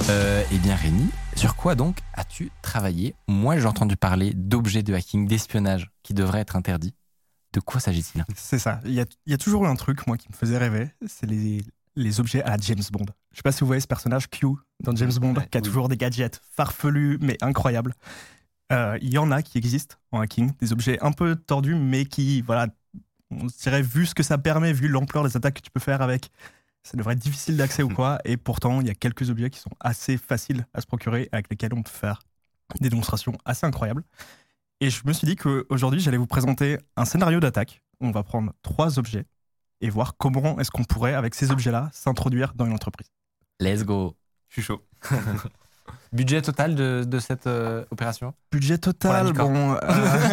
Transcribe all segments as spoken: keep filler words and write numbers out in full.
Euh, eh bien Rémi, sur quoi donc as-tu travaillé ? Moi j'ai entendu parler d'objets de hacking, d'espionnage qui devraient être interdits. De quoi s'agit-il ? C'est ça. Il y a, il y a toujours eu un truc, moi, qui me faisait rêver. C'est les, les objets à la James Bond. Je sais pas si vous voyez ce personnage Q dans James Bond, Ouais, qui a oui. toujours des gadgets farfelus, mais incroyables. Euh, Il y en a qui existent en hacking, des objets un peu tordus, mais qui, voilà, on se dirait, vu ce que ça permet, vu l'ampleur des attaques que tu peux faire avec, ça devrait être difficile d'accès ou quoi. Et pourtant, il y a quelques objets qui sont assez faciles à se procurer, avec lesquels on peut faire des démonstrations assez incroyables. Et je me suis dit qu'aujourd'hui, j'allais vous présenter un scénario d'attaque. On va prendre trois objets et voir comment est-ce qu'on pourrait, avec ces objets-là, s'introduire dans une entreprise. Let's go. Je suis chaud. Budget total de, de cette euh, opération ? Budget total, licorne. bon... euh,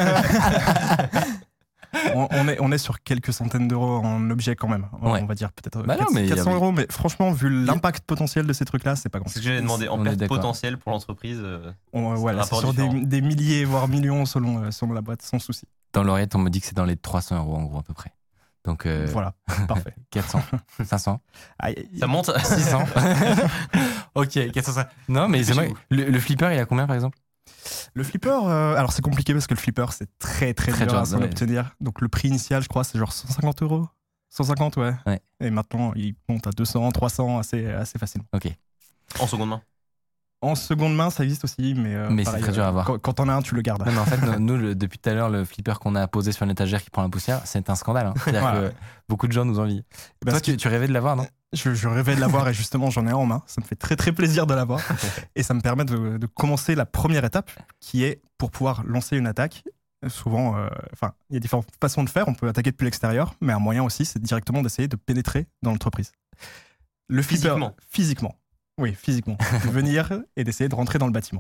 on, on, est, on est sur quelques centaines d'euros en objets quand même. On, Ouais. on va dire peut-être Bah non, quatre- mais il y quatre cents avait- euros, mais franchement, vu l'impact potentiel de ces trucs-là, c'est pas grand C'est ce que j'allais demander. En On est perte d'accord. potentielle pour l'entreprise. euh, On, C'est voilà, un c'est rapport sur des, différent. des milliers, voire millions selon, euh, selon la boîte, sans souci. Dans l'oreillette, on me dit que c'est dans les trois cents euros en gros à peu près. Donc euh, Voilà, parfait. quatre cents, cinq cents, Aïe, aïe, Ça monte. six cents. Ok, quatre cents. Non, mais c'est vrai. Le, le flipper, il a combien par exemple ? Le flipper, euh, alors c'est compliqué parce que le flipper, c'est très très, Très dur dur, à s'en ouais. obtenir. Donc le prix initial, je crois, c'est genre cent cinquante euros. cent cinquante, ouais. Ouais. Et maintenant, il monte à deux cents, trois cents assez, assez facilement. Ok. En seconde main. En seconde main, ça existe aussi, mais, euh, Mais c'est pareil, très dur à euh, avoir. Quand, quand t'en as un, tu le gardes. Non, mais en fait, nous, nous, le- depuis tout à l'heure, le flipper qu'on a posé sur une étagère qui prend la poussière, c'est un scandale. Hein. C'est-à-dire Voilà. que beaucoup de gens nous envient. Parce Toi, tu, que tu rêvais de l'avoir, non ? je, je rêvais de l'avoir et justement, j'en ai un en main. Ça me fait très très plaisir de l'avoir. Et ça me permet de, de commencer la première étape qui est pour pouvoir lancer une attaque. Souvent, euh, enfin, il y a différentes façons de faire. On peut attaquer depuis l'extérieur, mais un moyen aussi, c'est directement d'essayer de pénétrer dans l'entreprise. Le flipper, Physiquement. physiquement. Oui, physiquement. Venir et d'essayer de rentrer dans le bâtiment.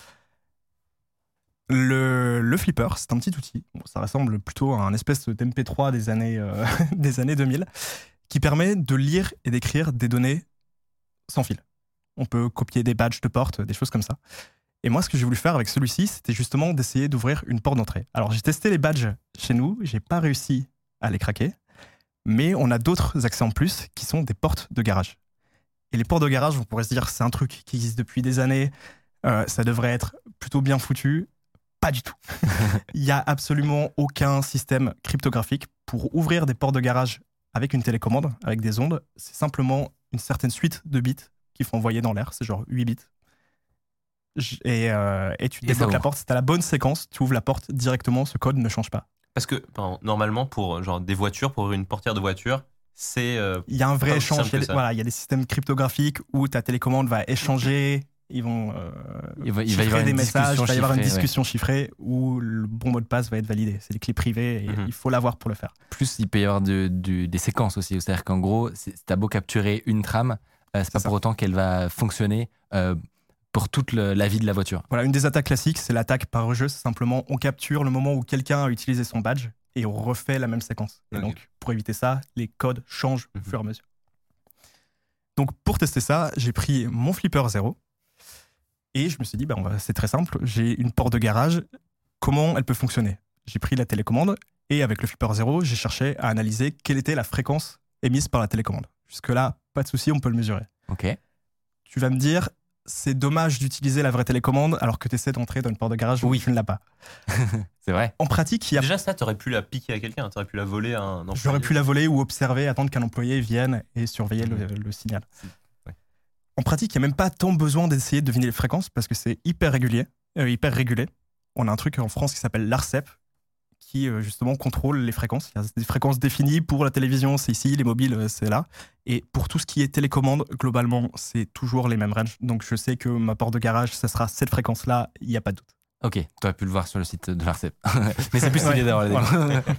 Le, le flipper, c'est un petit outil. Bon, ça ressemble plutôt à un espèce d'M P trois des années, euh, des années deux mille qui permet de lire et d'écrire des données sans fil. On peut copier des badges de porte, des choses comme ça. Et moi, ce que j'ai voulu faire avec celui-ci, c'était justement d'essayer d'ouvrir une porte d'entrée. Alors, j'ai testé les badges chez nous, j'ai pas réussi à les craquer, mais on a d'autres accès en plus qui sont des portes de garage. Et les portes de garage, on pourrait se dire, c'est un truc qui existe depuis des années, euh, ça devrait être plutôt bien foutu. Pas du tout. Il n'y a absolument aucun système cryptographique pour ouvrir des portes de garage avec une télécommande, avec des ondes. C'est simplement une certaine suite de bits qu'il faut envoyer dans l'air, c'est genre huit bits. Et, euh, et tu Et ça débloques la ouvre. porte, c'est à la bonne séquence, tu ouvres la porte directement, ce code ne change pas. Parce que pardon, normalement, pour genre, des voitures, pour ouvrir une portière de voiture, c'est. euh, Il y a un vrai Pas aussi échange, simple il y, a que des, ça. voilà, il y a des systèmes cryptographiques où ta télécommande va échanger, ils vont euh, Il va- il va y chiffrer avoir des une messages, il discussion va y avoir une chiffrée, ouais. discussion chiffrée où le bon mot de passe va être validé. C'est des clés privées et Mhm. il faut l'avoir pour le faire. Plus, il peut y avoir de- du- des séquences aussi. C'est-à-dire qu'en gros, c'est- t'as beau capturer une trame, euh, c'est pas ça. pour autant qu'elle va fonctionner euh, pour toute le- la vie de la voiture. Voilà, une des attaques classiques, c'est l'attaque par rejeu. C'est simplement, on capture le moment où quelqu'un a utilisé son badge et on refait la même séquence. Et Ok. donc, pour éviter ça, les codes changent au Mhm. fur et à mesure. Donc, pour tester ça, j'ai pris mon flipper zéro et je me suis dit, bah, on va- c'est très simple. J'ai une porte de garage. Comment elle peut fonctionner ? J'ai pris la télécommande et avec le flipper zéro, j'ai cherché à analyser quelle était la fréquence émise par la télécommande. Jusque-là, pas de souci, on peut le mesurer. Ok. Tu vas me dire, c'est dommage d'utiliser la vraie télécommande alors que tu essaies d'entrer dans une porte de garage où Oui. tu ne l'as pas. C'est vrai. En pratique, il y a... Déjà, ça, t'aurais pu la piquer à quelqu'un, t'aurais pu la voler à un employé. j'aurais pu la voler ou observer, attendre qu'un employé vienne et surveiller le, Mhm. le signal. Ouais. En pratique, il n'y a même pas tant besoin d'essayer de deviner les fréquences parce que c'est hyper régulier, euh, hyper régulé. On a un truc en France qui s'appelle l'ARCEP qui euh, justement contrôle les fréquences. Il y a des fréquences définies pour la télévision, c'est ici, les mobiles, euh, c'est là. Et pour tout ce qui est télécommande, globalement, c'est toujours les mêmes ranges. Donc je sais que ma porte de garage, ça sera cette fréquence-là, il n'y a pas de doute. Ok, tu aurais pu le voir sur le site de l'ARCEP. Mais c'est plus stylé Ouais, d'avoir les voilà. démos.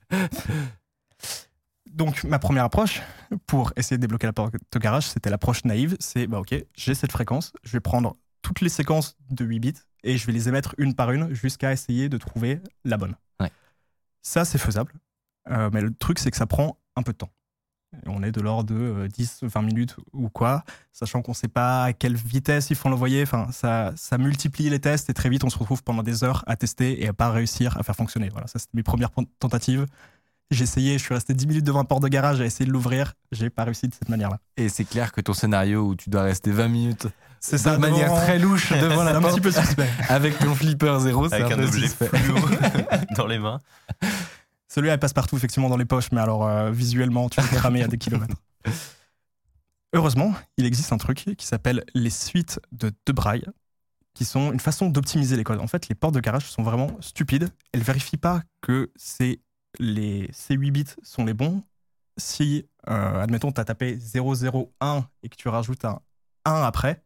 Donc ma première approche pour essayer de débloquer la porte de garage, c'était l'approche naïve. C'est bah ok, j'ai cette fréquence, je vais prendre toutes les séquences de huit bits et je vais les émettre une par une jusqu'à essayer de trouver la bonne. Ouais. Ça c'est faisable, Euh, mais le truc c'est que ça prend un peu de temps. Et on est de l'ordre de euh, dix vingt minutes ou quoi, sachant qu'on ne sait pas à quelle vitesse il faut l'envoyer. Enfin, ça, ça multiplie les tests et très vite on se retrouve pendant des heures à tester et à pas réussir à faire fonctionner. Voilà, ça c'était mes premières tentatives. J'ai essayé, je suis resté dix minutes devant un porte de garage à essayer de l'ouvrir. J'ai pas réussi de cette manière-là. Et c'est clair que ton scénario où tu dois rester vingt minutes C'est de ça, manière devant- très louche devant C'est la un porte petit peu suspect. avec ton flipper zéro, c'est Avec un peu objet suspect. fluo dans les mains. Celui-là, elle passe partout, effectivement, dans les poches, mais alors euh, visuellement, tu peux te cramer à des kilomètres. Heureusement, il existe un truc qui s'appelle les suites de De Braille, qui sont une façon d'optimiser les codes. En fait, les portes de garage sont vraiment stupides. Elles vérifient pas que c'est les, ces huit bits sont les bons. Si, euh, admettons, tu as tapé zéro zéro un et que tu rajoutes un un après,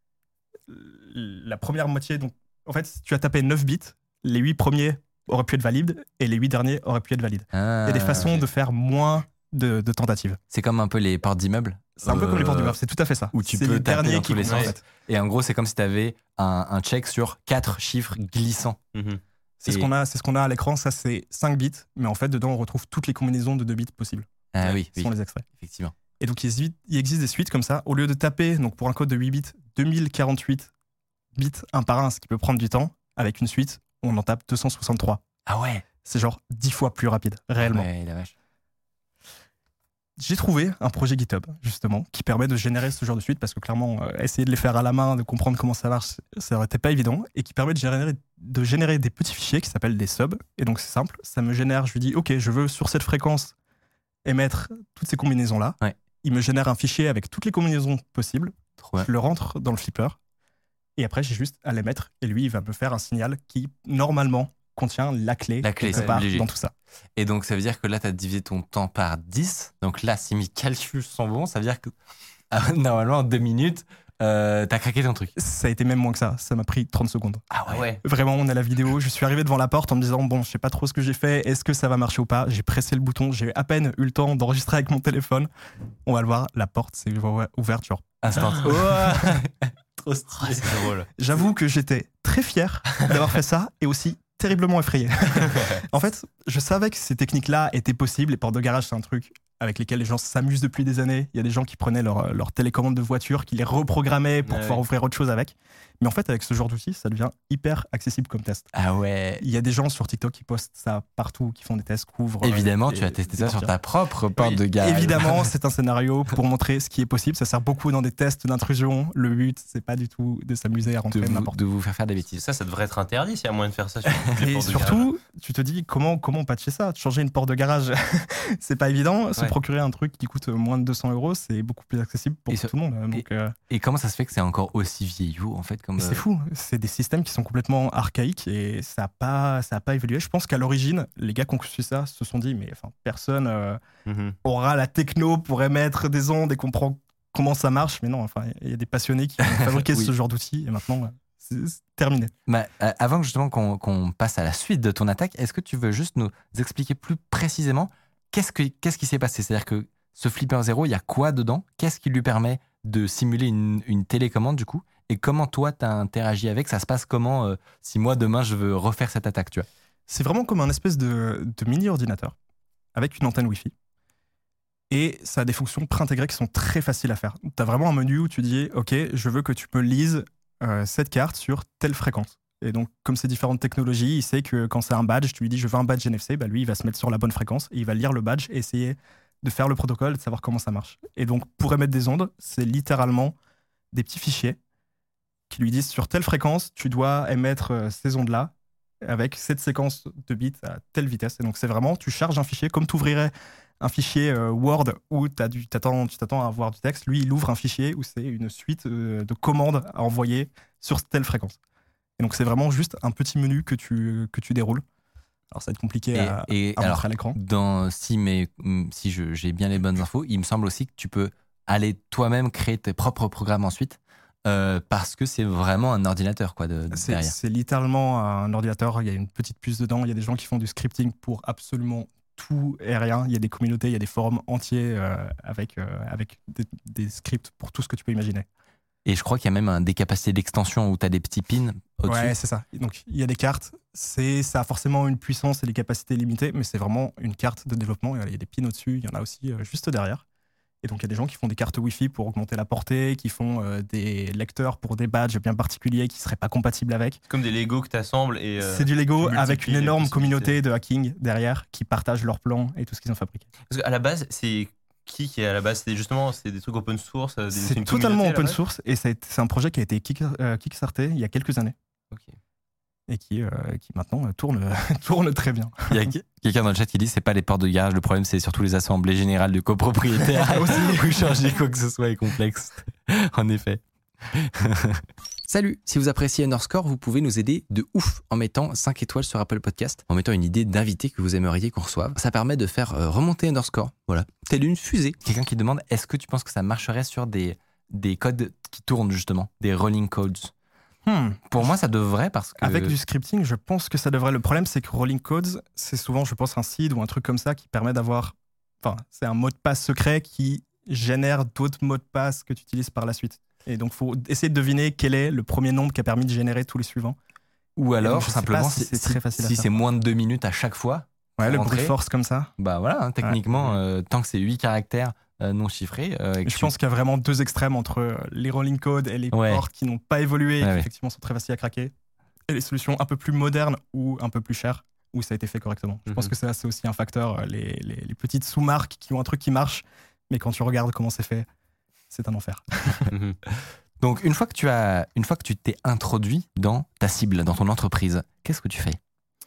la première moitié, donc en fait, si tu as tapé neuf bits, les huit premiers auraient pu être valides et les huit derniers auraient pu être valides. Ah, Il y a des façons ok. de faire moins de, de tentatives. C'est comme un peu les portes d'immeubles. C'est un peu Euh, comme les portes du c'est tout à fait ça. où tu C'est peux les taper derniers dans qui tous les comptent, sens. en fait. Et en gros, c'est comme si tu avais un, un check sur quatre chiffres glissants. Mhm. C'est ce Et- qu'on a, c'est ce qu'on a à l'écran, ça c'est cinq bits, mais en fait dedans on retrouve toutes les combinaisons de deux bits possibles. Ah oui, Ce oui, sont les extraits. effectivement. Et donc il existe, il existe des suites comme ça, au lieu de taper donc pour un code de huit bits, deux mille quarante-huit bits un par un, ce qui peut prendre du temps, avec une suite, on en tape deux cent soixante-trois. Ah ouais. C'est genre dix fois plus rapide, réellement. Ouais, la vache. J'ai trouvé un projet GitHub, justement, qui permet de générer ce genre de suite, parce que clairement, euh, essayer de les faire à la main, de comprendre comment ça marche, ça n'aurait été pas évident, et qui permet de générer, de générer des petits fichiers qui s'appellent des subs. Et donc c'est simple, ça me génère, je lui dis, ok, je veux sur cette fréquence émettre toutes ces combinaisons-là. Ouais. Il me génère un fichier avec toutes les combinaisons possibles, Trop bien. je le rentre dans le flipper, et après j'ai juste à les mettre, et lui, il va me faire un signal qui, normalement, contient la clé, La clé, quelque c'est part obligé. dans tout ça. Et donc, ça veut dire que là, tu as divisé ton temps par dix. Donc là, si mes calculs sont bons, ça veut dire que ah, normalement, en deux minutes, euh, tu as craqué ton truc. Ça a été même moins que ça, ça m'a pris trente secondes. Ah Ah ouais. Vraiment, on a la vidéo. Je suis arrivé devant la porte en me disant bon, je sais pas trop ce que j'ai fait. Est-ce que ça va marcher ou pas? J'ai pressé le bouton. J'ai à peine eu le temps d'enregistrer avec mon téléphone. On va le voir. La porte s'est ouverte. Genre. Instant. Ouah. Trop Ah, stylé. c'est drôle. J'avoue que j'étais très fier d'avoir fait ça et aussi terriblement effrayé. En fait, je savais que ces techniques-là étaient possibles. Les portes de garage, c'est un truc avec lesquels les gens s'amusent depuis des années. Il y a des gens qui prenaient leur, leur télécommande de voiture, qui les reprogrammaient pour Ouais, pouvoir ouais. ouvrir autre chose avec. Mais en fait, avec ce genre d'outil, ça devient hyper accessible comme test. Ah ouais. Il y a des gens sur TikTok qui postent ça partout, qui font des tests, couvrent. Évidemment, euh, tu des- as testé des ça sur portières. ta propre porte Oui, de garage. Évidemment, c'est un scénario pour montrer ce qui est possible. Ça sert beaucoup dans des tests d'intrusion. Le but, c'est pas du tout de s'amuser à de rentrer vous, n'importe de vous faire faire des bêtises. Ça, ça devrait être interdit s'il y a moyen de faire ça sur toutes les Et portes de garage. surtout, tu te dis comment, comment patcher ça? Changer une porte de garage, c'est pas évident. Se Ouais. procurer un truc qui coûte moins de deux cents euros, c'est beaucoup plus accessible pour Et tout ce- le monde. Donc, euh, Et comment ça se fait que c'est encore aussi vieillot, en fait, comme et c'est euh, fou. C'est des systèmes qui sont complètement archaïques et ça n'a pas, ça a pas évolué. Je pense qu'à l'origine, les gars qui ont conçu ça se sont dit, mais enfin, personne euh, Mhm. aura la techno pour émettre des ondes et comprendre comment ça marche. Mais non, enfin, il y a des passionnés qui ont fabriqué Oui. ce genre d'outils et maintenant, euh, c'est c'est terminé. Bah, euh, avant que justement qu'on qu'on passe à la suite de ton attaque, est-ce que tu veux juste nous expliquer plus précisément qu'est-ce, que, qu'est-ce qui s'est passé? C'est-à-dire que ce Flipper Zero, il y a quoi dedans? Qu'est-ce qui lui permet de simuler une, une télécommande du coup? Et comment toi, tu as interagi avec? Ça se passe comment euh, si moi, demain, je veux refaire cette attaque, tu vois? C'est vraiment comme un espèce de, de mini-ordinateur avec une antenne Wi-Fi. Et ça a des fonctions préintégrées qui sont très faciles à faire. Tu as vraiment un menu où tu dis, OK, je veux que tu me lises euh, cette carte sur telle fréquence. Et donc, comme c'est différentes technologies, il sait que quand c'est un badge, tu lui dis, je veux un badge N F C, bah lui, il va se mettre sur la bonne fréquence et il va lire le badge et essayer de faire le protocole, de savoir comment ça marche. Et donc, pour émettre des ondes, c'est littéralement des petits fichiers qui lui disent, sur telle fréquence, tu dois émettre euh, ces ondes-là avec cette séquence de bits à telle vitesse. Et donc, c'est vraiment, tu charges un fichier comme tu ouvrirais un fichier euh, Word où t'as du, t'attends, tu t'attends à avoir du texte. Lui, il ouvre un fichier où c'est une suite euh, de commandes à envoyer sur telle fréquence. Et donc, c'est vraiment juste un petit menu que tu, que tu déroules. Alors, ça va être compliqué Et, à, et à alors, montrer à l'écran. dans, si, mais, si je- j'ai bien les bonnes infos, il me semble aussi que tu peux aller toi-même créer tes propres programmes ensuite. Euh, parce que c'est vraiment un ordinateur quoi, de, de C'est, derrière. c'est littéralement un ordinateur. Il y a une petite puce dedans. Il y a des gens qui font du scripting pour absolument tout et rien. Il y a des communautés, il y a des forums entiers euh, avec, euh, avec des, des scripts pour tout ce que tu peux imaginer. Et je crois qu'il y a même un, des capacités d'extension où tu as des petits pins au-dessus. Ouais, c'est ça. Donc, il y a des cartes. C'est, ça a forcément une puissance et des capacités limitées, mais c'est vraiment une carte de développement. Il y a des pins au-dessus. Il y en a aussi euh, juste derrière. Et donc, il y a des gens qui font des cartes Wi-Fi pour augmenter la portée, qui font euh, des lecteurs pour des badges bien particuliers qui ne seraient pas compatibles avec. C'est comme des Lego que tu assembles et. Euh, c'est du Lego tu avec une multiplies les énorme possibilités. communauté de hacking derrière qui partagent leurs plans et tout ce qu'ils ont fabriqué. Parce qu'à la base, c'est qui qui est à la base? C'est justement c'est des trucs open source. Des, C'est une totalement communauté, à la open base source et ça a été- c'est un projet qui a été kick, euh, kickstarté il y a quelques années Ok. et qui, euh, qui maintenant euh, tourne, tourne très bien. Il y a qui- quelqu'un dans le chat qui dit c'est pas les portes de garage, le problème c'est surtout les assemblées générales de copropriétaires où changer quoi que ce soit est complexe. En effet. Salut, si vous appréciez Underscore, vous pouvez nous aider de ouf en mettant cinq étoiles sur Apple Podcast, en mettant une idée d'invité que vous aimeriez qu'on reçoive. Ça permet de faire euh, remonter Underscore, voilà, telle une fusée. Quelqu'un qui demande, est-ce que tu penses que ça marcherait sur des, des codes qui tournent justement, des rolling codes? Hmm. Pour moi, ça devrait parce que... Avec du scripting, je pense que ça devrait. Le problème, c'est que Rolling Codes, c'est souvent, je pense, un seed ou un truc comme ça qui permet d'avoir. Enfin, c'est un mot de passe secret qui génère d'autres mots de passe que tu utilises par la suite. Et donc, il faut essayer de deviner quel est le premier nombre qui a permis de générer tous les suivants. Ou alors, donc, je sais simplement, pas si si, c'est très facile à si faire. c'est moins de deux minutes à chaque fois, Ouais, pour le rentrer, brute force comme ça. bah voilà, hein, techniquement, Ouais. euh, tant que c'est huit caractères euh, non chiffrés... euh, et que Je tu- pense qu'il y a vraiment deux extrêmes entre euh, les Rolling Codes et les Ouais. ports qui n'ont pas évolué et Ouais, qui ouais. effectivement sont très faciles à craquer. Et les solutions un peu plus modernes ou un peu plus chères où ça a été fait correctement. Je pense Mhm. que ça, c'est aussi un facteur. euh, Les, les, les petites sous-marques qui ont un truc qui marche, mais quand tu regardes comment c'est fait, c'est un enfer. Mhm. Donc, une fois que tu as, une fois que tu t'es introduit dans ta cible, dans ton entreprise, qu'est-ce que tu fais?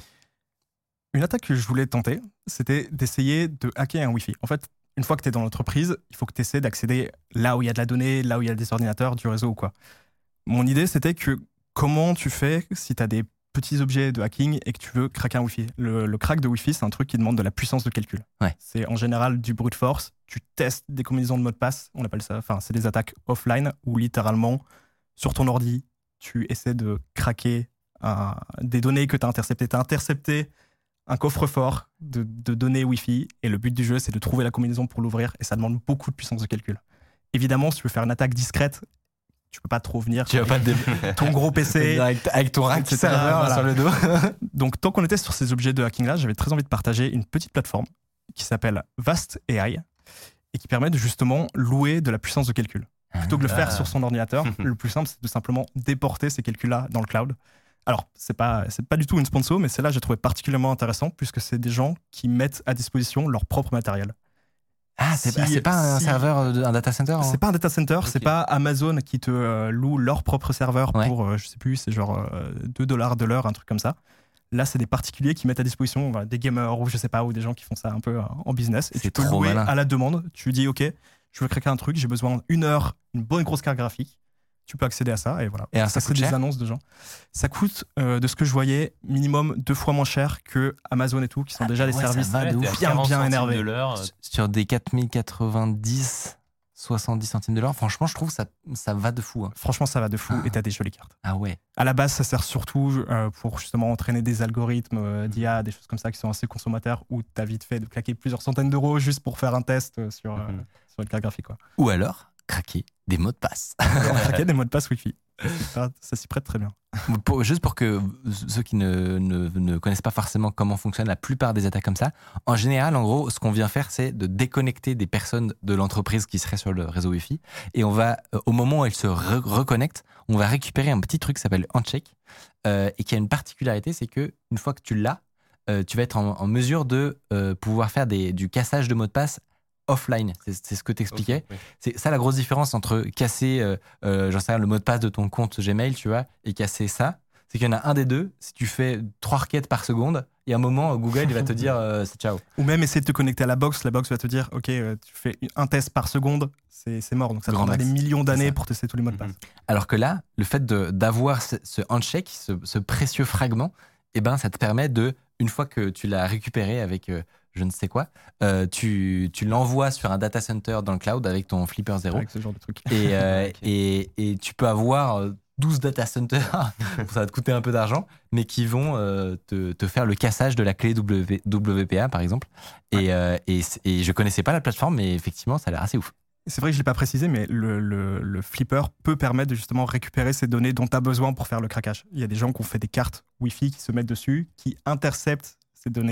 Une attaque que je voulais tenter, c'était d'essayer de hacker un Wi-Fi. En fait, une fois que tu es dans l'entreprise, il faut que tu essaies d'accéder là où il y a de la donnée, là où il y a des ordinateurs, du réseau ou quoi. Mon idée, c'était que comment tu fais si tu as des petits objets de hacking et que tu veux craquer un Wi-Fi. Le, le crack de Wi-Fi, c'est un truc qui demande de la puissance de calcul. Ouais. C'est en général du brute force. Tu testes des combinaisons de mots de passe, on appelle ça, enfin, c'est des attaques offline où littéralement, sur ton ordi, tu essaies de craquer un- des données que tu as interceptées. Tu as intercepté un coffre-fort de, de données Wi-Fi et le but du jeu, c'est de trouver la combinaison pour l'ouvrir et ça demande beaucoup de puissance de calcul. Évidemment, si tu veux faire une attaque discrète, tu peux pas trop venir Tu vas pas avec te dé- ton gros P C. avec, avec ton rack et cetera, serveur voilà. sur le dos. Donc, tant qu'on était sur ces objets de hacking-là, j'avais très envie de partager une petite plateforme qui s'appelle Vast A I et qui permet de justement louer de la puissance de calcul. Plutôt que de le faire Ah. sur son ordinateur, le plus simple, c'est de simplement déporter ces calculs-là dans le cloud. Alors, c'est pas, c'est pas du tout une sponsor, mais c'est là que j'ai trouvé particulièrement intéressant puisque c'est des gens qui mettent à disposition leur propre matériel. Ah, c'est Si- ah, c'est pas un si- serveur, de- un data center? hein C'est pas un data center, Ok. c'est pas Amazon qui te euh, loue leur propre serveur Ouais. pour, euh, je sais plus, c'est genre euh, deux dollars de l'heure, un truc comme ça. Là, c'est des particuliers qui mettent à disposition voilà, des gamers ou je sais pas, ou des gens qui font ça un peu euh, en business. Et C'est tu peux trop louer malin. à la demande. Tu dis, OK, je veux craquer un truc, j'ai besoin d'une heure, une bonne grosse carte graphique. Tu peux accéder à ça et voilà. Et alors, ça c'est coûte des cher annonces de gens. Ça coûte, euh, de ce que je voyais, minimum deux fois moins cher que Amazon et tout, qui sont Ah, déjà des ouais, ça services va de Ouais, ouf. t'es à bien, quarante bien centimes énervés. de l'heure. Sur- Sur des quatre mille quatre-vingt-dix, soixante-dix centimes de l'heure, franchement, je trouve que ça, ça va de fou. hein. Franchement, ça va de fou Ah. et t'as des jolies cartes. Ah ouais. À la base, ça sert surtout euh, pour justement entraîner des algorithmes euh, d'I A, des choses comme ça qui sont assez consommateurs où tu as vite fait de claquer plusieurs centaines d'euros juste pour faire un test euh, sur, euh, Mhm. sur une carte graphique. Quoi. Ou alors, craquer des mots de passe. Alors, craquer des mots de passe Wi-Fi. Ça, ça s'y prête très bien. Pour- juste pour que ceux qui ne, ne, ne connaissent pas forcément comment fonctionne la plupart des attaques comme ça, en général, en gros, ce qu'on vient faire, c'est de déconnecter des personnes de l'entreprise qui seraient sur le réseau Wi-Fi. Et on va, euh, au moment où elles se re- reconnectent, on va récupérer un petit truc qui s'appelle Handshake euh, et qui a une particularité, c'est que une fois que tu l'as, euh, tu vas être en, en mesure de euh, pouvoir faire des, du cassage de mots de passe offline. C'est c'est ce que t'expliquais. Ok, oui. C'est ça la grosse différence entre casser, euh, euh, j'en sais rien, le mot de passe de ton compte Gmail, tu vois, et casser ça. C'est qu'il y en a un des deux. Si tu fais trois requêtes par seconde, il y a un moment, Google il va te dire euh, c'est ciao. Ou même essayer de te connecter à la box. La box va te dire, OK, euh, tu fais un test par seconde, c'est c'est mort. Donc ça Grand prendra max. des millions C'est d'années ça. pour tester tous les mots de passe. Mhm. Alors que là, le fait de- d'avoir ce, ce handshake, ce, ce précieux fragment, eh ben, ça te permet de, une fois que tu l'as récupéré avec euh, je ne sais quoi, euh, tu, tu l'envoies sur un data center dans le cloud avec ton Flipper zéro. Avec ce genre de truc. Et, euh, Ok. et, et tu peux avoir euh, douze data centers, ça va te coûter un peu d'argent, mais qui vont euh, te, te faire le cassage de la clé W, W P A, par exemple. Et, euh, et, c- et je connaissais pas la plateforme, mais effectivement, ça a l'air assez ouf. C'est vrai que je ne l'ai pas précisé, mais le, le, le flipper peut permettre de justement récupérer ces données dont tu as besoin pour faire le craquage. Il y a des gens qui ont fait des cartes Wi-Fi qui se mettent dessus, qui interceptent ces données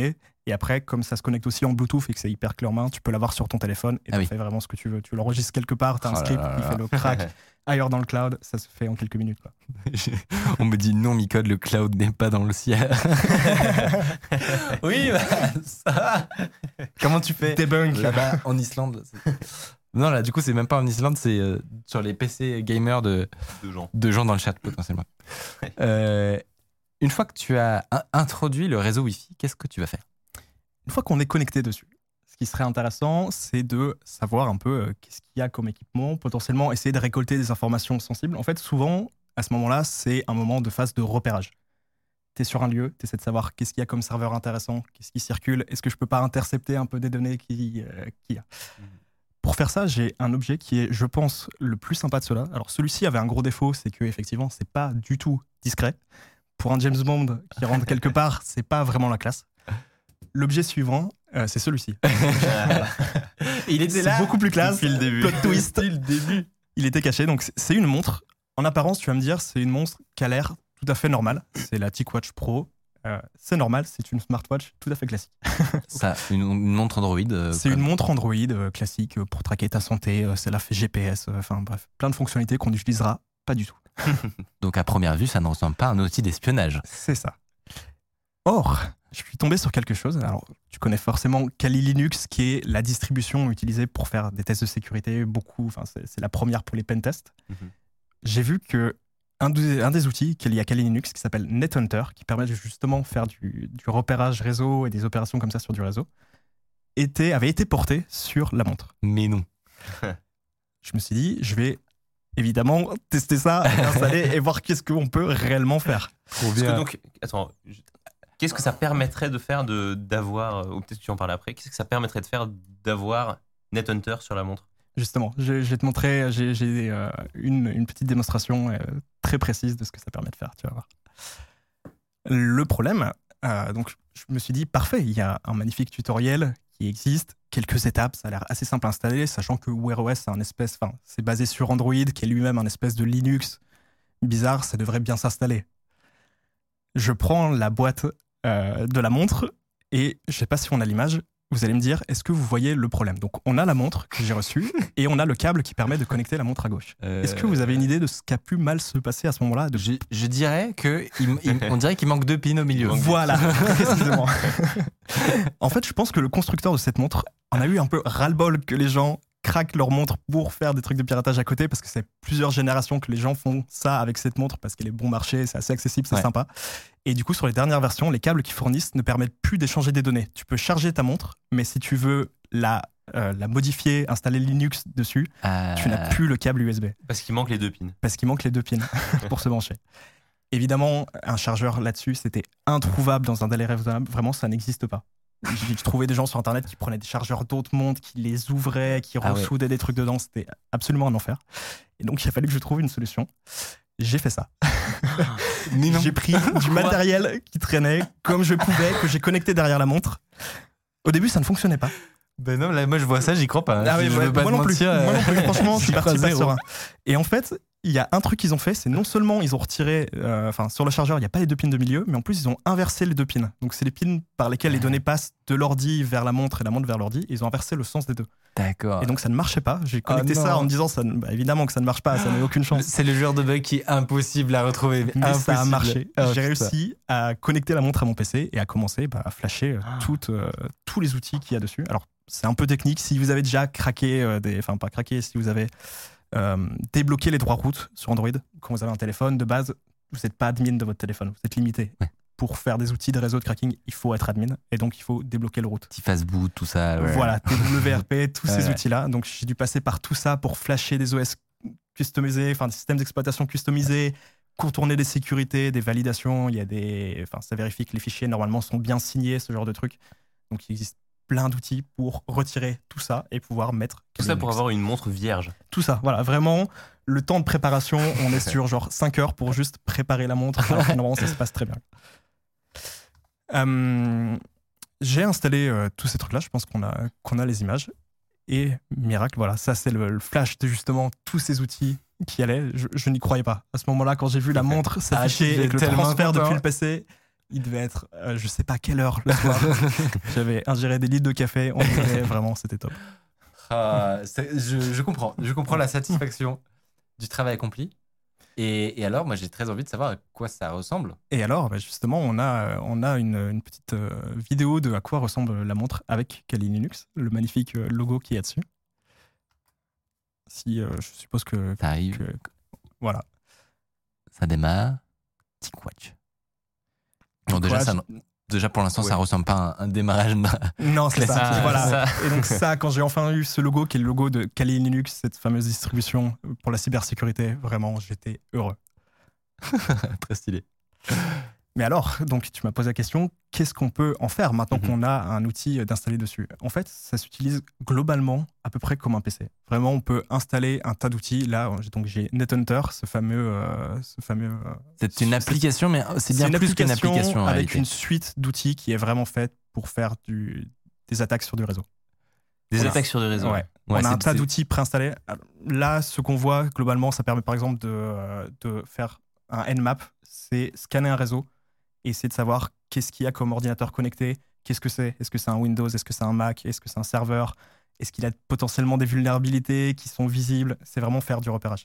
Et après, comme ça se connecte aussi en Bluetooth et que c'est hyper clé en main, tu peux l'avoir sur ton téléphone et Ah tu oui. fais vraiment ce que tu veux. Tu l'enregistres quelque part, tu as un Oh là script là qui là. fait le crack ailleurs dans le cloud, ça se fait en quelques minutes. Quoi. On me dit non, Micode, le cloud n'est pas dans le ciel. Oui, bah, ça. Comment tu fais Debunk. là-bas en Islande? c'est- Non, là, du coup, c'est même pas en Islande, c'est euh, sur les P C gamers de, De gens. de gens dans le chat potentiellement. Euh, une fois que tu as in- introduit le réseau Wi-Fi, qu'est-ce que tu vas faire? Une fois qu'on est connecté dessus, ce qui serait intéressant, c'est de savoir un peu euh, qu'est-ce qu'il y a comme équipement, potentiellement essayer de récolter des informations sensibles. En fait, souvent, à ce moment-là, c'est un moment de phase de repérage. Tu es sur un lieu, tu essaies de savoir qu'est-ce qu'il y a comme serveur intéressant, qu'est-ce qui circule, est-ce que je peux pas intercepter un peu des données qui, euh, qu'il y a. Mhm. Pour faire ça, j'ai un objet qui est, je pense, le plus sympa de ceux-là. Alors, celui-ci avait un gros défaut, c'est que effectivement, c'est pas du tout discret. Pour un James Bond qui rentre quelque part, c'est pas vraiment la classe. L'objet suivant, euh, c'est celui-ci. Il était C'est beaucoup plus classe. Depuis le début. Plot twist. Depuis le début. Il était caché. Donc, c'est- c'est une montre. En apparence, tu vas me dire, c'est une montre qui a l'air tout à fait normale. C'est la TicWatch Pro. Euh, c'est normal, c'est une smartwatch tout à fait classique. Ça, une, une montre Android. euh, C'est comme- une montre Android euh, classique euh, pour traquer ta santé. euh, c'est la fait G P S. euh, Enfin, bref, plein de fonctionnalités qu'on n'utilisera pas du tout. Donc, à première vue, ça ne ressemble pas à un outil d'espionnage. C'est ça. Or, je suis tombé sur quelque chose. Alors, tu connais forcément Kali Linux, qui est la distribution utilisée pour faire des tests de sécurité. Beaucoup, enfin, c'est c'est la première pour les pentests. Mhm. J'ai vu que un des, un des outils qu'il y a à Kali Linux, qui s'appelle NetHunter, qui permet de justement faire du, du repérage réseau et des opérations comme ça sur du réseau, était, avait été porté sur la montre. Mais non. Je me suis dit, je vais évidemment tester ça, l'installer et voir qu'est-ce qu'on peut réellement faire. Trop Parce que donc, attends, je- qu'est-ce que ça permettrait de faire de d'avoir, euh, ou peut-être que tu en parles après, qu'est-ce que ça permettrait de faire d'avoir NetHunter sur la montre? Justement, je, je vais te montrer, j'ai j'ai, euh, une, une petite démonstration euh, très précise de ce que ça permet de faire, tu vas voir. Le problème, euh, donc je me suis dit, parfait, il y a un magnifique tutoriel qui existe, quelques étapes, ça a l'air assez simple à installer, sachant que Wear O S, c'est un espèce, enfin, c'est basé sur Android, qui est lui-même un espèce de Linux bizarre, ça devrait bien s'installer. Je prends la boîte euh, de la montre, et je sais pas si on a l'image, vous allez me dire, est-ce que vous voyez le problème? Donc, on a la montre que j'ai reçue et on a le câble qui permet de connecter la montre à gauche. Est-ce que vous avez une idée de ce qui a pu mal se passer à ce moment-là de... Je, je dirais que il- il- on dirait qu'il manque deux pins au milieu. Voilà, précisément. En fait, je pense que le constructeur de cette montre en a eu un peu ras-le-bol que les gens craquent leur montre pour faire des trucs de piratage à côté, parce que c'est plusieurs générations que les gens font ça avec cette montre, parce qu'elle est bon marché, c'est assez accessible, c'est Ouais. sympa. Et du coup, sur les dernières versions, les câbles qu'ils fournissent ne permettent plus d'échanger des données. Tu peux charger ta montre, mais si tu veux la, euh, la modifier, installer Linux dessus, Euh, tu n'as plus le câble U S B, Parce qu'il manque les deux pins. parce qu'il manque les deux pins pour se brancher. Évidemment, un chargeur là-dessus, c'était introuvable dans un délai raisonnable. Vraiment, ça n'existe pas. J'ai trouvé des gens sur Internet qui prenaient des chargeurs d'autres montres, qui les ouvraient, qui Ah ouais. ressoudaient des trucs dedans. C'était absolument un enfer. Et donc, il a fallu que je trouve une solution. J'ai fait ça. Mais non. J'ai pris du matériel qui traînait comme je pouvais, que j'ai connecté derrière la montre. Au début, ça ne fonctionnait pas. Ben non, là, moi je vois ça, j'y crois pas. Ah je, oui, je ouais, veux pas moi te non plus. mentir, Moi non plus. Franchement, je j'y suis parti crois pas zéro. serein. Et en fait, il y a un truc qu'ils ont fait, c'est non seulement ils ont retiré, euh, enfin sur le chargeur, il n'y a pas les deux pins de milieu, mais en plus ils ont inversé les deux pins. Donc c'est les pins par lesquels les données passent de l'ordi vers la montre et la montre vers l'ordi. Ils ont inversé le sens des deux. D'accord. Et donc ça ne marchait pas. J'ai connecté Ah ça non. en me disant, ça, ne- bah, évidemment que ça ne marche pas, ça n'a aucune chance. C'est le genre de bug qui est impossible à retrouver. Mais ça a Impossible. marché. Oh, J'ai putain. réussi à connecter la montre à mon P C et à commencer bah, à flasher euh, Ah. toutes, euh, tous les outils qu'il y a dessus. Alors, c'est un peu technique. Si vous avez déjà craqué, euh, des... enfin pas craqué, si vous avez euh, débloqué les droits routes sur Android, quand vous avez un téléphone, de base, vous n'êtes pas admin de votre téléphone. Vous êtes limité. Ouais. Pour faire des outils de réseau de cracking, il faut être admin et donc il faut débloquer le route. Petit fastboot, tout ça. ouais. Voilà, T W R P, tous Ouais, ces ouais. outils-là. Donc j'ai dû passer par tout ça pour flasher des O S customisés, enfin des systèmes d'exploitation customisés, contourner des sécurités, des validations. Il y a des, enfin ça vérifie que les fichiers normalement sont bien signés, ce genre de trucs. Donc il existe plein d'outils pour retirer tout ça et pouvoir mettre Tout ça pour Linux. avoir une montre vierge. Tout ça. Voilà, vraiment le temps de préparation, on est sur genre cinq heures pour juste préparer la montre. Alors que normalement ça se passe très bien. Euh, j'ai installé euh, tous ces trucs-là, je pense qu'on a, qu'on a les images. Et miracle, voilà, ça c'est le, le flash de justement tous ces outils qui allaient. Je, je n'y croyais pas. À ce moment-là, quand j'ai vu la montre Ah, s'afficher j'étais avec le tellement transfert content. depuis le P C, Il devait être, euh, je sais pas quelle heure le soir. J'avais ingéré des litres de café. On dirait vraiment, c'était top. Ah, c'est- je, je comprends. Je comprends la satisfaction du travail accompli. Et, et alors, moi, j'ai très envie de savoir à quoi ça ressemble. Et alors, bah, justement, on a, on a une, une petite euh, vidéo de à quoi ressemble la montre avec Kali Linux, le magnifique euh, logo qui est dessus. Si, euh, je suppose que, Ça arrive, que- voilà. ça démarre. Tic watch. Bon, déjà, Watch. ça, déjà, pour l'instant, Ouais. ça ressemble pas à un, un démarrage. d'un- Non, c'est ça. Classique. Voilà. Ça. Et donc ça, quand j'ai enfin eu ce logo qui est le logo de Kali Linux, cette fameuse distribution pour la cybersécurité, vraiment, j'étais heureux. Très stylé. Mais alors, donc tu m'as posé la question, qu'est-ce qu'on peut en faire maintenant Mhm. qu'on a un outil d'installer dessus? En fait, ça s'utilise globalement à peu près comme un P C. Vraiment, on peut installer un tas d'outils. Là, j'ai- donc j'ai NetHunter, ce fameux, euh, ce fameux. euh, C'est une application, mais c'est bien une plus qu'une application en avec réalité. une suite d'outils qui est vraiment faite pour faire du, des attaques sur du réseau. Des Voilà. attaques sur des réseaux. Ouais. Ouais, on a un c'est- tas c'est- d'outils préinstallés. Là, ce qu'on voit globalement, ça permet par exemple de, euh, de faire un Nmap, c'est scanner un réseau et essayer de savoir qu'est-ce qu'il y a comme ordinateur connecté, qu'est-ce que c'est, est-ce que c'est un Windows, est-ce que c'est un Mac, est-ce que c'est un serveur, est-ce qu'il a potentiellement des vulnérabilités qui sont visibles. C'est vraiment faire du repérage.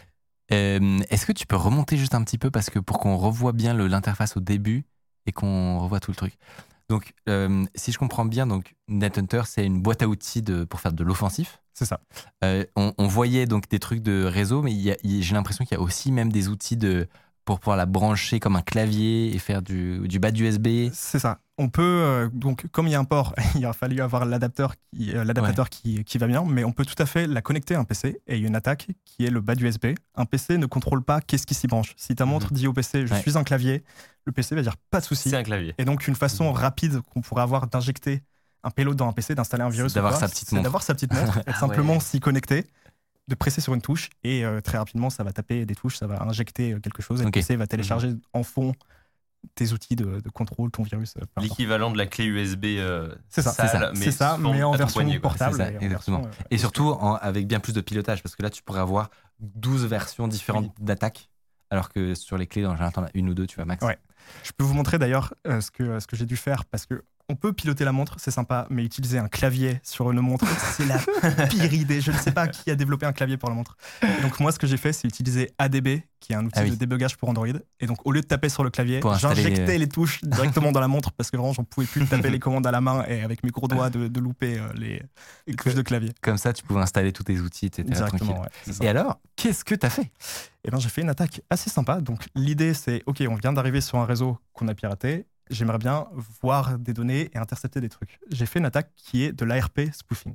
Euh, Est-ce que tu peux remonter juste un petit peu parce que pour qu'on revoie bien le- l'interface au début et qu'on revoie tout le truc. Donc, euh, si je comprends bien, donc NetHunter, c'est une boîte à outils de, pour faire de l'offensif. C'est ça. Euh, on, on voyait donc des trucs de réseau, mais il y a- il- j'ai l'impression qu'il y a aussi même des outils de, pour pouvoir la brancher comme un clavier et faire du, du bas U S B. C'est ça. On peut, euh, donc, comme il y a un port, il a fallu avoir l'adapteur qui, euh, l'adaptateur qui, qui va bien, mais on peut tout à fait la connecter à un P C et il y a une attaque qui est le bas U S B. Un P C ne contrôle pas qu'est-ce qui s'y branche. Si ta montre dit au P C, je Ouais. suis un clavier, le P C va dire pas de souci. C'est un clavier. Et donc, une façon rapide qu'on pourrait avoir d'injecter un payload dans un P C, d'installer un virus, C'est d'avoir ou quoi, sa petite c'est montre. d'avoir sa petite montre, et Ah simplement ouais. s'y connecter, de presser sur une touche, et euh, très rapidement, ça va taper des touches, ça va injecter euh, quelque chose, et Ok. le P C va télécharger en fond tes outils de, de contrôle, ton virus. euh, peu importe. L'équivalent de la clé U S B euh, C'est ça, sale, c'est ça, mais, C'est ça, sous mais en à ton version poignet, quoi. portable. C'est ça, et en exactement. version, euh, Et surtout en- avec bien plus de pilotage, parce que là, tu pourrais avoir douze versions différentes Oui. d'attaques, alors que sur les clés, en général, t'en as une ou deux, tu vois, max. Ouais. Je peux vous montrer d'ailleurs euh, ce que, ce que j'ai dû faire parce que on peut piloter la montre, c'est sympa, mais utiliser un clavier sur une montre, c'est la pire idée. Je ne sais pas qui a développé un clavier pour la montre. Et donc moi, ce que j'ai fait, c'est utiliser A D B, qui est un outil Ah oui. de débugage pour Android. Et donc au lieu de taper sur le clavier, Pour installer j'injectais les- les touches directement dans la montre parce que vraiment, j'en pouvais plus de taper les commandes à la main et avec mes gros doigts de, de louper euh, les, les touches de clavier. Comme ça, tu pouvais installer tous tes outils, et cetera. Directement, tranquille. ouais, c'est ça. Et alors, qu'est-ce que t'as fait? Eh ben, j'ai fait une attaque assez sympa. Donc, l'idée, c'est OK, on vient d'arriver sur un réseau qu'on a piraté. J'aimerais bien voir des données et intercepter des trucs. J'ai fait une attaque qui est de l'A R P spoofing.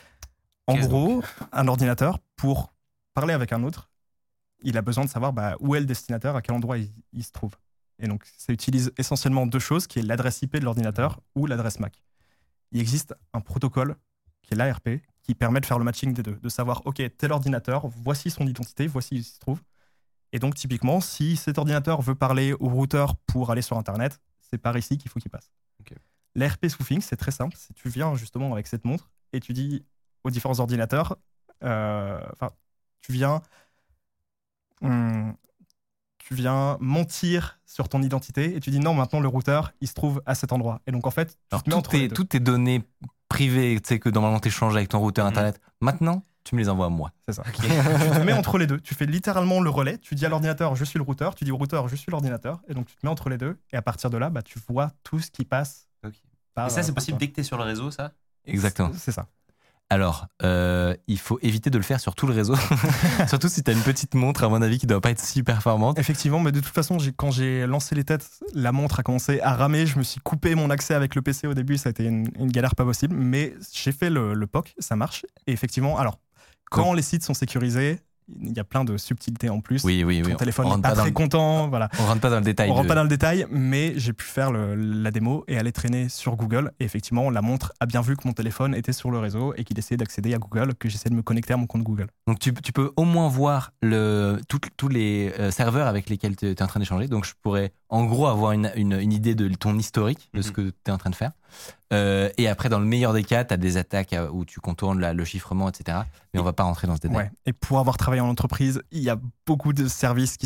En Qu'est-ce gros, un ordinateur, pour parler avec un autre, il a besoin de savoir bah, où est le destinataire, à quel endroit il, il se trouve. Et donc, ça utilise essentiellement deux choses, qui est l'adresse I P de l'ordinateur ou l'adresse M A C. Il existe un protocole, qui est l'A R P, qui permet de faire le matching des deux, de savoir, OK, tel ordinateur, voici son identité, voici où il se trouve. Et donc, typiquement, si cet ordinateur veut parler au routeur pour aller sur Internet, c'est par ici qu'il faut qu'il passe. Ok. L'A R P spoofing, c'est très simple. Si tu viens justement avec cette montre et tu dis aux différents ordinateurs, euh, enfin, tu viens, hum, tu viens mentir sur ton identité et tu dis non, maintenant le routeur, il se trouve à cet endroit. Et donc, en fait, tu Alors, te mets toutes entre les tes, deux. toutes tes données privées, tu sais, que normalement t'échanges avec ton routeur Mhm. internet, maintenant, tu me les envoies à moi. C'est ça. tu te mets entre les deux. Tu fais littéralement le relais. Tu dis à l'ordinateur, je suis le routeur. Tu dis au routeur, je suis l'ordinateur. Et donc, tu te mets entre les deux. Et à partir de là, bah, tu vois tout ce qui passe. Ok. Par, Et ça, c'est par possible toi. dès que tu es sur le réseau, ça Exactement. C'est ça. Alors, euh, il faut éviter de le faire sur tout le réseau. Surtout si tu as une petite montre, à mon avis, qui ne doit pas être si performante. Effectivement, mais de toute façon, j'ai- quand j'ai lancé les têtes, la montre a commencé à ramer. Je me suis coupé mon accès avec le P C au début. Ça a été une, une galère pas possible. Mais j'ai fait le, le P O C. Ça marche. Et effectivement, alors, quand Donc- les sites sont sécurisés, il y a plein de subtilités en plus. Oui, oui, oui. Ton téléphone on n'est rentre pas, pas dans très le- content. Voilà. On rentre pas dans le détail. On rentre de- pas dans le détail, mais j'ai pu faire le- la démo et aller traîner sur Google. Et effectivement, la montre a bien vu que mon téléphone était sur le réseau et qu'il essayait d'accéder à Google, que j'essaie de me connecter à mon compte Google. Donc, tu, tu peux au moins voir le, tout- tous les euh, serveurs avec lesquels tu es en train d'échanger. Donc, je pourrais en gros avoir une, une, une idée de ton historique, de ce Mhm. que tu es en train de faire. Euh, et après, dans le meilleur des cas, tu as des attaques euh, où tu contournes la- le chiffrement, et cetera. Mais on va pas rentrer dans ce détail. Ouais. Et pour avoir travaillé en entreprise, il y a beaucoup de services qui sont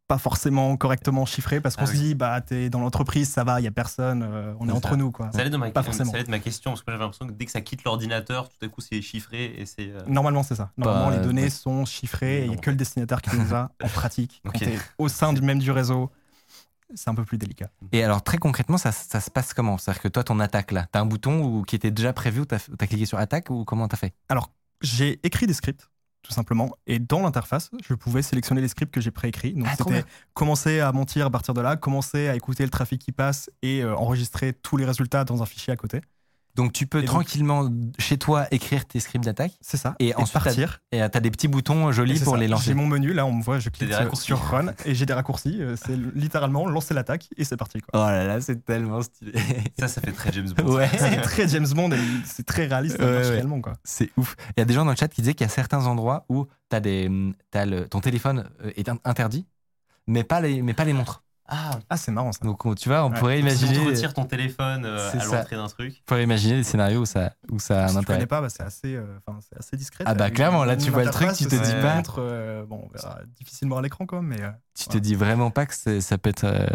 pas forcément correctement chiffrés parce qu'on Ah se oui. dit bah t'es dans l'entreprise, ça va, il y a personne, euh, on est, C'est entre ça. nous quoi. Ça allait, de ma... Pas ça forcément. allait être ma question, parce que moi, j'avais l'impression que dès que ça quitte l'ordinateur, tout à coup c'est chiffré et c'est. euh, Normalement c'est ça. Normalement Bah, les données ouais. sont chiffrées et il n'y a Non. que le destinataire qui les a en pratique. Quand Ok. t'es au sein du même du réseau, c'est un peu plus délicat. Et alors, très concrètement, ça, ça se passe comment? C'est-à-dire que toi, ton attaque là, t'as un bouton où, qui était déjà prévu où t'as, où t'as cliqué sur attaque ou comment t'as fait? J'ai écrit des scripts, tout simplement, et dans l'interface, je pouvais sélectionner les scripts que j'ai préécrits. Donc Ah, trop c'était bien. commencer à mentir à partir de là, commencer à écouter le trafic qui passe et euh, enregistrer tous les résultats dans un fichier à côté. Donc, tu peux Et donc- tranquillement, chez toi, écrire tes scripts d'attaque C'est ça. Et ensuite, partir. et euh, t'as des petits boutons Et jolis c'est pour ça. les lancer. J'ai mon menu, là, on me voit, je clique des sur, raccourcis. sur Run et j'ai des raccourcis. euh, C'est littéralement lancer l'attaque et c'est parti. Quoi. Oh là là, c'est tellement stylé. Ça, ça fait très James Bond. Ouais. C'est très James Bond et c'est très réaliste, ça Ouais, marche ouais. réellement. Quoi. C'est ouf. Il y a des gens dans le chat qui disaient qu'il y a certains endroits où t'as des, t'as le, ton téléphone euh, est in- interdit, mais pas les, mais pas les montres. Ah, Ah, c'est marrant ça. Donc on- tu vois, on Ouais. pourrait donc si on te imaginer, retire ton téléphone euh, C'est à ça. l'entrée d'un truc. on pourrait imaginer des scénarios où ça, où ça a un Si tu intérêt. connais pas, bah, c'est assez, euh, enfin, c'est assez discret. Ah bah, Une- clairement, là, une tu vois le truc, interface, tu te c'est dis une pas- montre, euh, bon, on verra difficilement à l'écran, quoi, mais euh, Tu te Voilà. dis vraiment pas que c'est- ça peut être euh,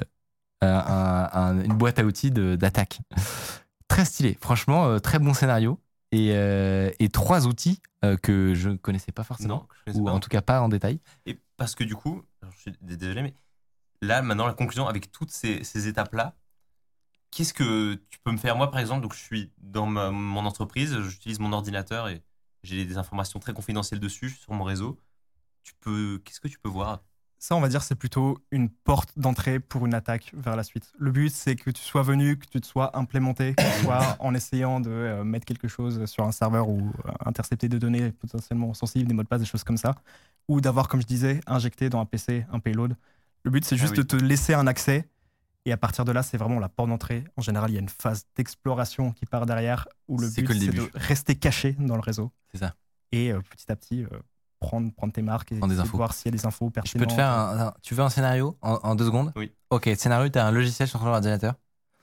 un- un- une boîte à outils de- d'attaque. Très stylé, franchement, euh, très bon scénario. Et, euh, et trois outils euh, que je ne connaissais pas forcément, Non, je connaissais ou pas. en tout cas pas en détail. Et parce que du coup, alors, je suis d- désolé, mais là, maintenant, la conclusion, avec toutes ces, ces étapes-là, qu'est-ce que tu peux me faire? Moi, par exemple, donc, je suis dans ma- mon entreprise, j'utilise mon ordinateur et j'ai des informations très confidentielles dessus, sur mon réseau. Tu peux, qu'est-ce que tu peux voir? ça, on va dire, c'est plutôt une porte d'entrée pour une attaque vers la suite. Le but, c'est que tu sois venu, que tu te sois implémenté, que tu sois en essayant de euh, mettre quelque chose sur un serveur ou euh, intercepter des données potentiellement sensibles, des mots de passe, des choses comme ça, ou d'avoir, comme je disais, injecté dans un P C un payload. Le but, c'est Ah juste oui. de te laisser un accès. Et à partir de là, c'est vraiment la porte d'entrée. En général, il y a une phase d'exploration qui part derrière, où le C'est but, que le c'est début. de rester caché dans le réseau. C'est ça. Et euh, petit à petit, euh, prendre, prendre tes marques et Prendre des essayer de infos. voir s'il y a des infos Je pertinentes. peux te faire un, un- tu veux un scénario en, en deux secondes? Oui. Ok, scénario, tu as un logiciel sur ton ordinateur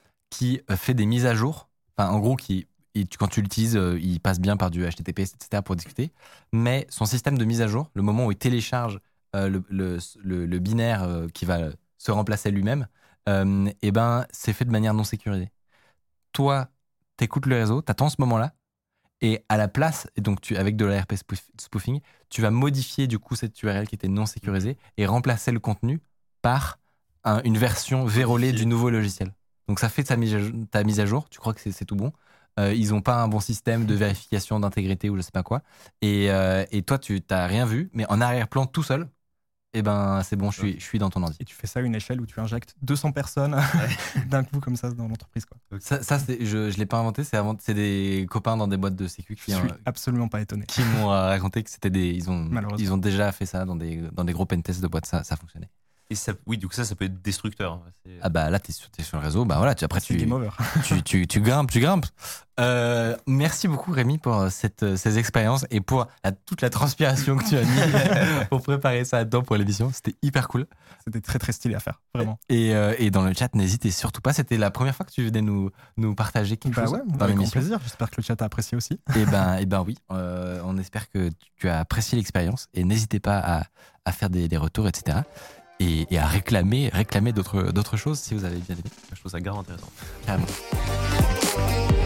qui euh, fait des mises à jour. Enfin, en gros, qui, il- tu- quand tu l'utilises, euh, il passe bien par du H T T P S, et cetera pour discuter. Mais son système de mise à jour, le moment où il télécharge euh, le, le- le- le binaire euh, qui va se remplacer lui-même, euh, eh ben, c'est fait de manière non sécurisée. Toi, tu écoutes le réseau, tu attends ce moment-là, et à la place, et donc tu, avec de l'A R P spoof- spoofing, tu vas modifier du coup cette U R L qui était non sécurisée et remplacer le contenu par un- une version vérolée Modifiée. du nouveau logiciel. Donc ça fait ta mise à jour, ta mise à jour, tu crois que c'est c'est tout bon. Euh, ils n'ont pas un bon système de vérification d'intégrité ou je sais pas quoi. Et, euh, et toi, tu n'as rien vu, mais en arrière-plan tout seul, eh ben c'est bon, je suis, je suis dans ton ordi. Et tu fais ça à une échelle où tu injectes deux cents personnes d'un coup comme ça dans l'entreprise. Quoi. Ça, ça c'est- je ne l'ai pas inventé, c'est avant- c'est des copains dans des boîtes de sécu qui, Je suis euh, absolument pas étonné. qui m'ont euh, raconté que c'était des, ils ont, Malheureusement. ils ont déjà fait ça dans des, dans des gros pentests de boîtes, ça, ça fonctionnait. Et ça, oui, du coup, ça, ça peut être destructeur. C'est- Ah bah là, t'es sur, t'es sur le réseau, bah voilà, tu, après C'est tu, game over. tu, tu, tu grimpes, tu grimpes. Euh, merci beaucoup Rémi pour euh, cette, euh, ces expériences et pour la- toute la transpiration que tu as mis pour préparer ça dedans pour l'émission. C'était hyper cool. C'était très très stylé à faire, vraiment. Et, euh, et dans le chat, n'hésitez surtout pas. C'était la première fois que tu venais nous, nous partager quelque Bah chose ouais, dans avec grand l'émission. plaisir. J'espère que le chat a apprécié aussi. Et ben, et ben oui, euh, on espère que tu as apprécié l'expérience et n'hésitez pas à, à faire des, des retours, et cetera. Et, et à réclamer, réclamer d'autres, d'autres choses si vous avez bien aimé. Je trouve ça grave intéressant. Carrément.